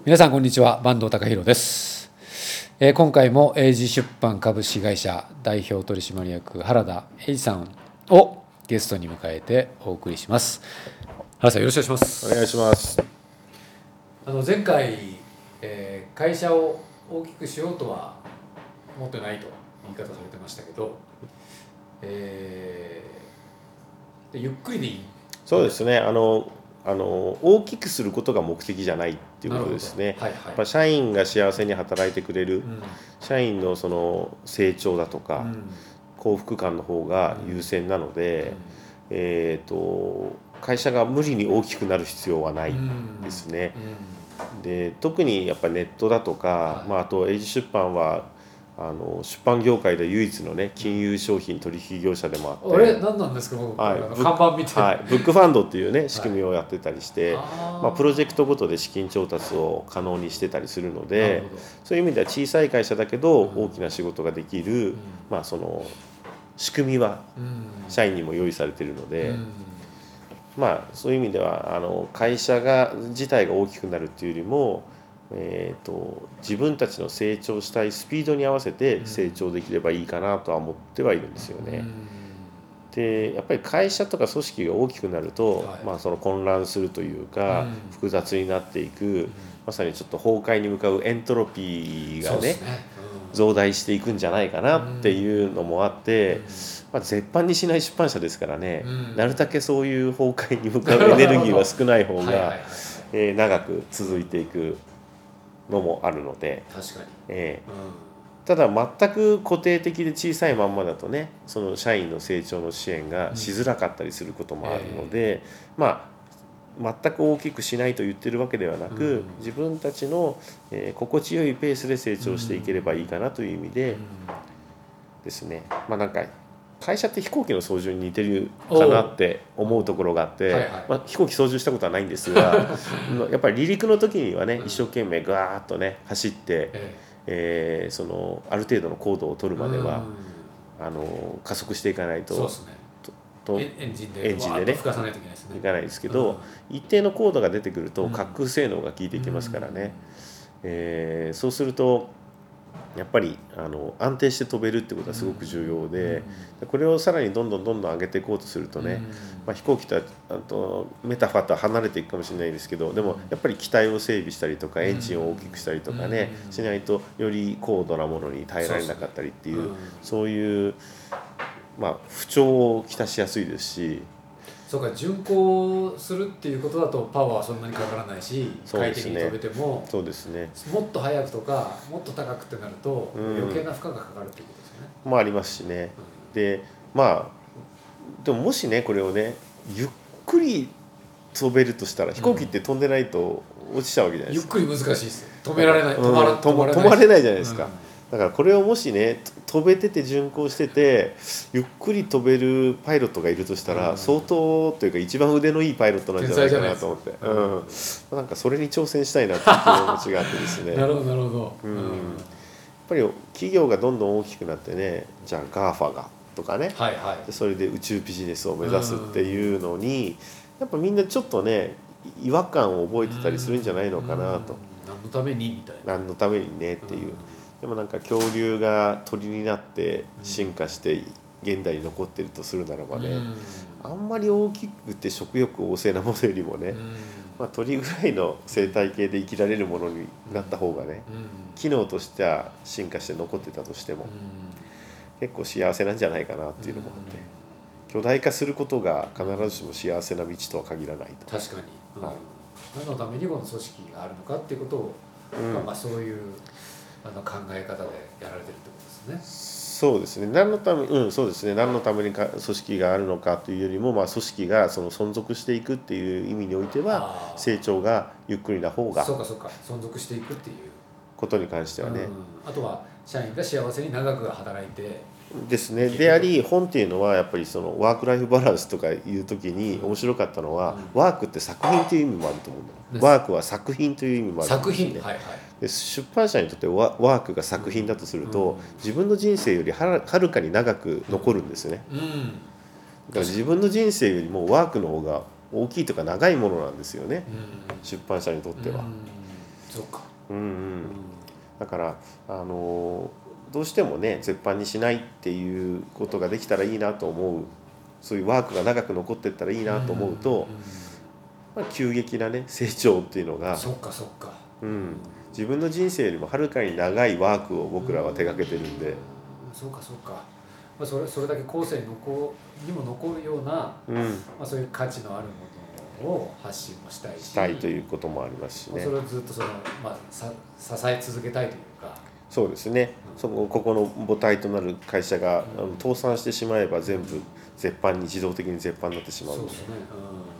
皆さんこんにちは、坂東隆弘です。今回も英字出版株式会社代表取締役原田英二さんをゲストに迎えてお送りします。原田さん、よろしくお願いします。 お願いします。 前回、会社を大きくしようとは思ってないと言い方されてましたけど、ゆっくりでいい。 そうですね。大きくすることが目的じゃないっていうことですね。社員が幸せに働いてくれる、社員のその成長だとか、幸福感の方が優先なので、会社が無理に大きくなる必要はないですね。で、特にやっぱりネットだとか、あと英字出版は出版業界で唯一のね金融商品取引業者でもあって、 何なんですか、看板見て、 ブックファンドっていうね仕組みをやってたりして、プロジェクトごとで資金調達を可能にしてたりするので、そういう意味では小さい会社だけど大きな仕事ができる、その仕組みは社員にも用意されているので、そういう意味では会社自体が大きくなるっていうよりも、自分たちの成長したいスピードに合わせて成長できればいいかなとは思ってはいるんですよね。でやっぱり会社とか組織が大きくなると、その混乱するというか、複雑になっていく、まさにちょっと崩壊に向かうエントロピーがね増大していくんじゃないかなっていうのもあって、絶版にしない出版社ですからね、なるだけそういう崩壊に向かうエネルギーは少ない方が長く続いていくのもあるので、ただ全く固定的で小さいまんまだとね、その社員の成長の支援がしづらかったりすることもあるので、全く大きくしないと言ってるわけではなく、自分たちの心地よいペースで成長していければいいかなという意味でですね。なんか会社って飛行機の操縦に似てるかなって思うところがあって、飛行機操縦したことはないんですがやっぱり離陸の時にはね一生懸命ガーッとね走って、そのある程度の高度を取るまでは加速していかないとエンジンでねいかないですけど、一定の高度が出てくると滑空性能が効いてきますからね、そうするとやっぱり安定して飛べるってことはすごく重要で、これをさらにどんどん上げていこうとするとね、飛行機とメタファーとは離れていくかもしれないですけど、でもやっぱり機体を整備したりとかエンジンを大きくしたりとかね、しないとより高度なものに耐えられなかったりっていう、そういう不調をきたしやすいですし。 そうか、巡航するっていうことだとパワーはそんなにかからないし、快適に飛べても、 そうですね、 もっと速くとかもっと高くってなると余計な負荷がかかるっていうことですよね。 ありますしね。ででももしねこれをねゆっくり飛べるとしたら、飛行機って飛んでないと落ちちゃうわけじゃないですか。 ゆっくり難しいです。止められない、止まれないじゃないですか。だからこれをもしね飛べてて巡航しててゆっくり飛べるパイロットがいるとしたら、相当というか一番腕のいいパイロットなんじゃないかなと思って、なんかそれに挑戦したいなっていう気持ちがあってですねなるほど、 やっぱり企業がどんどん大きくなってね、じゃあ GAFA がとかね、それで宇宙ビジネスを目指すっていうのに、やっぱみんなちょっとね違和感を覚えてたりするんじゃないのかなと。 何のためにみたいな。 何のためにねっていう。でもなんか恐竜が鳥になって進化して現代に残ってるとするならばね、あんまり大きくて食欲旺盛なものよりもね、鳥ぐらいの生態系で生きられるものになった方がね、機能としては進化して残ってたとしても結構幸せなんじゃないかなっていうのもあって、巨大化することが必ずしも幸せな道とは限らないと。 確かに、何のためにこの組織があるのかっていうことを、そういう考え方でやられてるってことですね。 そうですね。そうですね。何のために組織があるのかというよりも、組織がその存続していくっていう意味においては、成長がゆっくりな方が、 そうか存続していくっていうことに関してはね、 あとは社員が幸せに長く働いてですね。であり、本っていうのはやっぱりそのワークライフバランスとかいう時に面白かったのは、ワークって作品という意味もあると思うんだ。ワークは作品という意味もあると思うんですね。で出版社にとってワークが作品だとすると、自分の人生よりはるかに長く残るんですよね。だから自分の人生よりもワークの方が大きいとか長いものなんですよね、出版社にとっては。 そうか、 うんうん、だからどうしてもね絶版にしないっていうことができたらいいなと思う、そういうワークが長く残っていったらいいなと思うと、まあ、急激なね成長っていうのが、 そっかそっか、 自分の人生よりもはるかに長いワークを僕らは手がけてるんで、 そうかそうか、まあ、それだけ後世にも残るような、まあ、そういう価値のあるものを発信もしたいし、 したいということもありますしね。 それをずっとまあ、支え続けたいというか。 そうですね、ここの母体となる会社が、倒産してしまえば全部自動的に絶版になってしまう。 そうですね、なるほ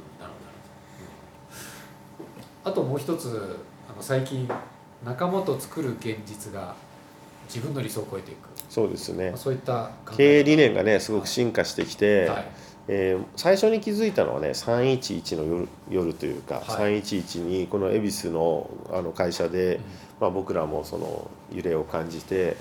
ど、あともう一つ最近仲間と作る現実が自分の理想を超えていく、 そうですね、 そういった経営理念がねすごく進化してきて、最初に気づいたのはね311の夜というか、311にこの恵比寿の会社で、まあ、僕らもその揺れを感じて、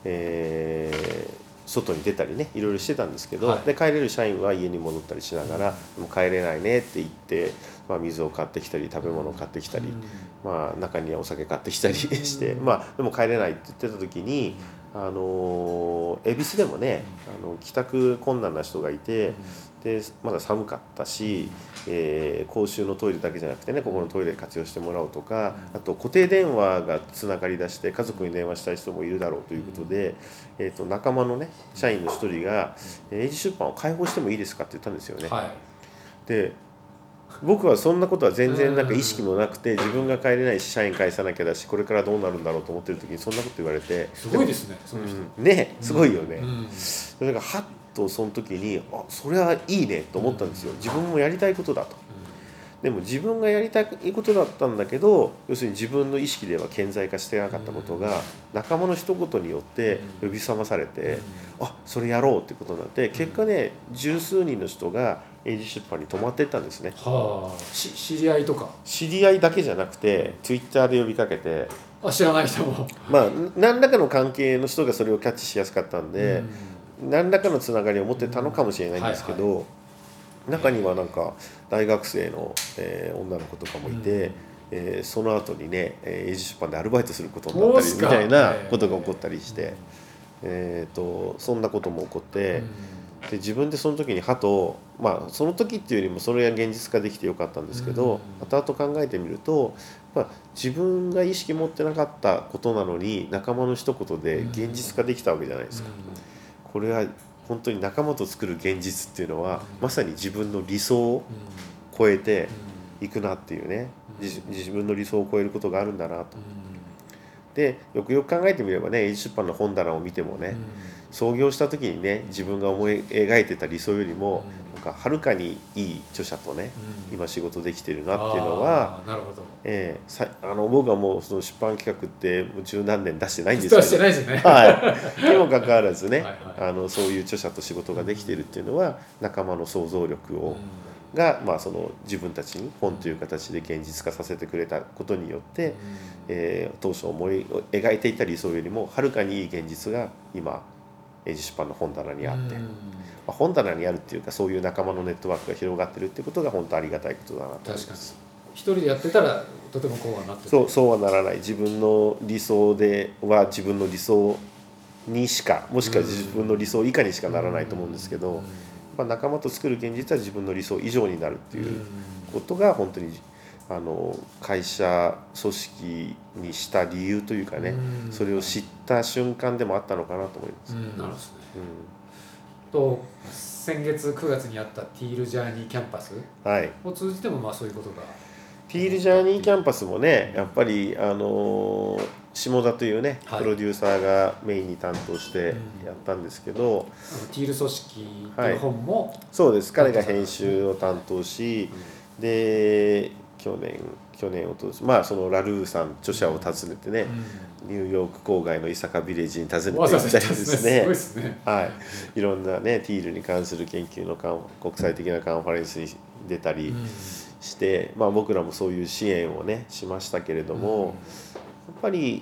外に出たりねいろいろしてたんですけど、で帰れる社員は家に戻ったりしながら、もう帰れないねって言って、まあ、水を買ってきたり食べ物を買ってきたり、まあ、中にはお酒買ってきたりして、まあ、でも帰れないって言ってた時に恵比寿でもね帰宅困難な人がいて、でまだ寒かったし、公衆のトイレだけじゃなくてねここのトイレ活用してもらおうとか、あと固定電話がつながりだして家族に電話したい人もいるだろうということで、仲間のね社員の一人が「英字出版を開放してもいいですか?」って言ったんですよね。で僕はそんなことは全然なんか意識もなくて、自分が帰れないし社員返さなきゃだしこれからどうなるんだろうと思ってる時にそんなこと言われて、 すごいですねその人、 ねすごいよね。それがはっとその時にそれはいいねと思ったんですよ。自分もやりたいことだと。でも自分がやりたいことだったんだけど、要するに自分の意識では顕在化してなかったことが仲間の一言によって呼び覚まされて、それやろうってことになって、結果ね十数人の人が英字出版に泊まっていったんですね。 知り合いとか知り合いだけじゃなくて Twitter で呼びかけて、 知らない人もまあ何らかの関係の人がそれをキャッチしやすかったんで、何らかのつながりを持ってたのかもしれないんですけど、中にはなんか大学生の、女の子とかもいて、その後にね英字出版でアルバイトすることになったりみたいなことが起こったりして、そんなことも起こって、で自分でその時にまあその時っていうよりもそれが現実化できてよかったんですけど、後々考えてみると、自分が意識持ってなかったことなのに仲間の一言で現実化できたわけじゃないですか。これは本当に仲間と作る現実っていうのはまさに自分の理想を超えていくなっていうね、自分の理想を超えることがあるんだなと。でよくよく考えてみればね英字出版の本棚を見てもね、創業した時にね自分が思い描いてた理想よりもなんかはるかにいい著者とね、今仕事できてるなっていうのは、僕はもうその出版企画って十何年出してないんですけど、 してないですね、 にもかかわらずねそういう著者と仕事ができているっていうのは仲間の想像力が、まあ、その自分たちに本という形で現実化させてくれたことによって、当初思い描いていた理想よりもはるかにいい現実が今英字出版の本棚にあって、本棚にあるっていうかそういう仲間のネットワークが広がってるっていうことが本当ありがたいことだなと思います。 一人でやってたらとてもこうはなってそうはならない。自分の理想は自分の理想にしか、もしくは自分の理想以下にしかならないと思うんですけど、仲間と作る現実は自分の理想以上になるっていうことが本当に会社組織にした理由というかね、それを知った瞬間でもあったのかなと思います。 なるほどですね。と先月9月にあったティールジャーニーキャンパスを通じてもまあそういうことが、 ティールジャーニーキャンパスもねやっぱり下田というねプロデューサーがメインに担当してやったんですけど、 ティール組織という本も、 そうです、彼が編集を担当し、で去年を通して、まあそのラルーさん著者を訪ねてね、ニューヨーク郊外の伊坂ビレッジに訪ねて行ったりですね、いろんなねティールに関する研究の国際的なカンファレンスに出たりして、まあ僕らもそういう支援をねしましたけれども、やっぱり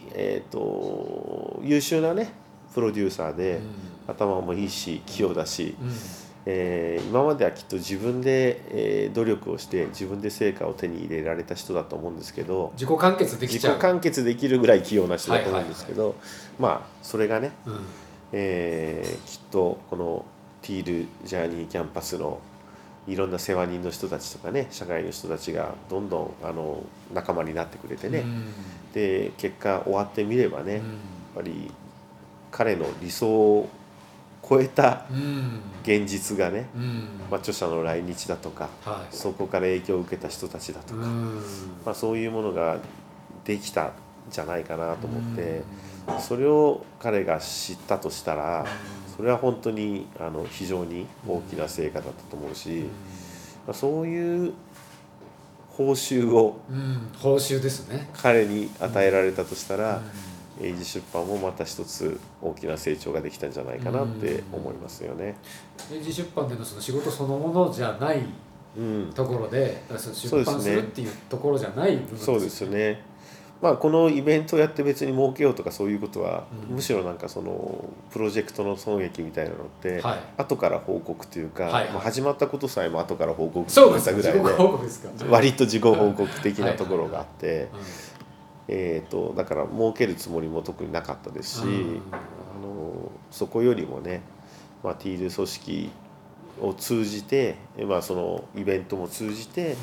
優秀なねプロデューサーで、頭もいいし器用だし、 今まではきっと自分で、努力をして自分で成果を手に入れられた人だと思うんですけど、 自己完結できちゃう。 自己完結できるぐらい器用な人だと思うんですけど、まあそれがね、 うんきっとこのティールジャーニーキャンパスのいろんな世話人の人たちとかね、社会の人たちがどんどん仲間になってくれてね、 うんで結果終わってみればね、 うんやっぱり彼の理想を超えたうん現実がね、 うん著者の来日だとか、 はいそこから影響を受けた人たちだとか、 うんそういうものができたんじゃないかなと思って、それを彼が知ったとしたら、それは本当に非常に大きな成果だったと思うし、そういう報酬を報酬ですね。 彼に与えられたとしたら、英字出版もまた一つ大きな成長ができたんじゃないかなって思いますよね。 英字出版でのその仕事そのものじゃないところで、その出版するっていうところじゃない部分ですよね。 そうですね。このイベントをやって別に儲けようとかそういうことは、むしろなんかそのプロジェクトの損益みたいなのって、後から報告というか、始まったことさえも後から報告されたぐらいで、割と自己報告的なところがあって、だから儲けるつもりも特になかったですし、そこよりもね、ティール組織を通じて、そのイベントも通じて、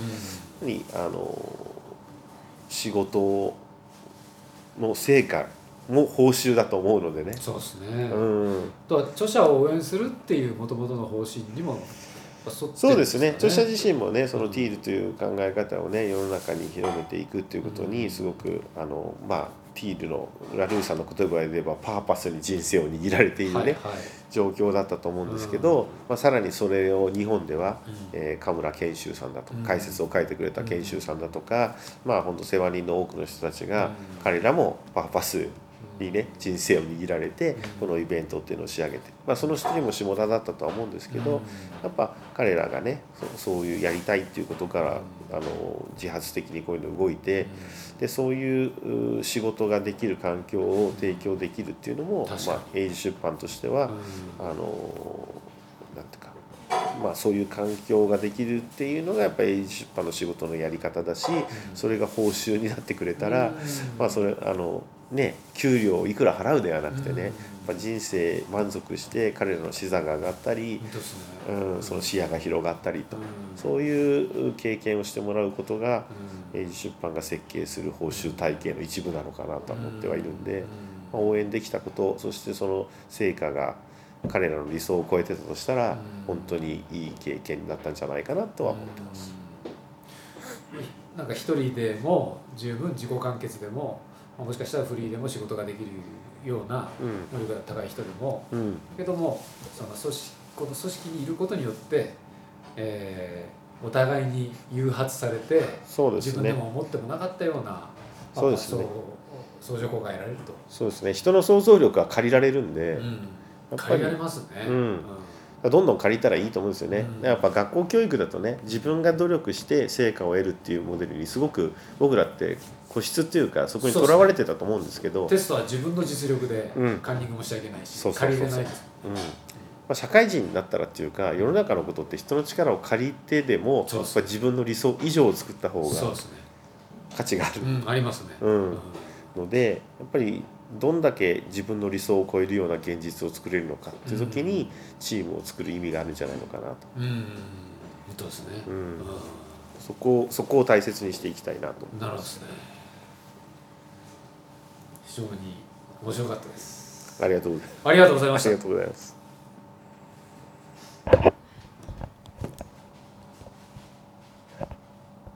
仕事の成果も報酬だと思うのでね。 そうですね。とは著者を応援するっていう元々の方針にも沿ってるんですかね。 そうですね。著者自身もね、そのティールという考え方をね、世の中に広めていくっていうことにすごくティールのラルーさんの言葉で言えばパーパスに人生を握られているね、状況だったと思うんですけど、さらにそれを日本では、神村賢秀さんだとか、解説を書いてくれた賢秀さんだとか、本当世話人の多くの人たちが、彼らもパーパスにね人生を握られてこのイベントっていうのを仕上げて、その一人も下田だったとは思うんですけど、やっぱ彼らがねそういうやりたいっていうことから自発的にこういうの動いて、でそういう仕事ができる環境を提供できるっていうのも、英字出版としてはなんていうか。そういう環境ができるっていうのがやっぱり英字出版の仕事のやり方だし、それが報酬になってくれたら、それ給料をいくら払うではなくてね、やっぱ人生満足して彼らの視座が上がったり、その視野が広がったりと、そういう経験をしてもらうことが英字出版が設計する報酬体系の一部なのかなと思ってはいるんで、応援できたこと、そしてその成果が彼らの理想を超えてたとしたら、本当にいい経験になったんじゃないかなとは思ってます。 なんか一人でも十分自己完結でも、もしかしたらフリーでも仕事ができるような能力が高い人でも、けどもこの組織にいることによって、お互いに誘発されて、自分でも思ってもなかったような相乗効果が得られると。 そうですね。人の想像力は借りられるんで、 借りられますね。 どんどん借りたらいいと思うんですよね。やっぱ学校教育だとね、自分が努力して成果を得るっていうモデルにすごく僕らって固執っていうか、そこにとらわれてたと思うんですけど、 テストは自分の実力でカンニングもしちゃいけないし、借りれないです。 社会人になったらっていうか、世の中のことって人の力を借りてでもやっぱり自分の理想以上を作った方が価値がある、 ありますね。 のでやっぱりどんだけ自分の理想を超えるような現実を作れるのかっていう時にチームを作る意味があるんじゃないのかなと。 そうですね。 そこを大切にしていきたいなと思います。 なるほどですね。非常に面白かったです。 ありがとうございました。 ありがとうございました。 ありがとうございます。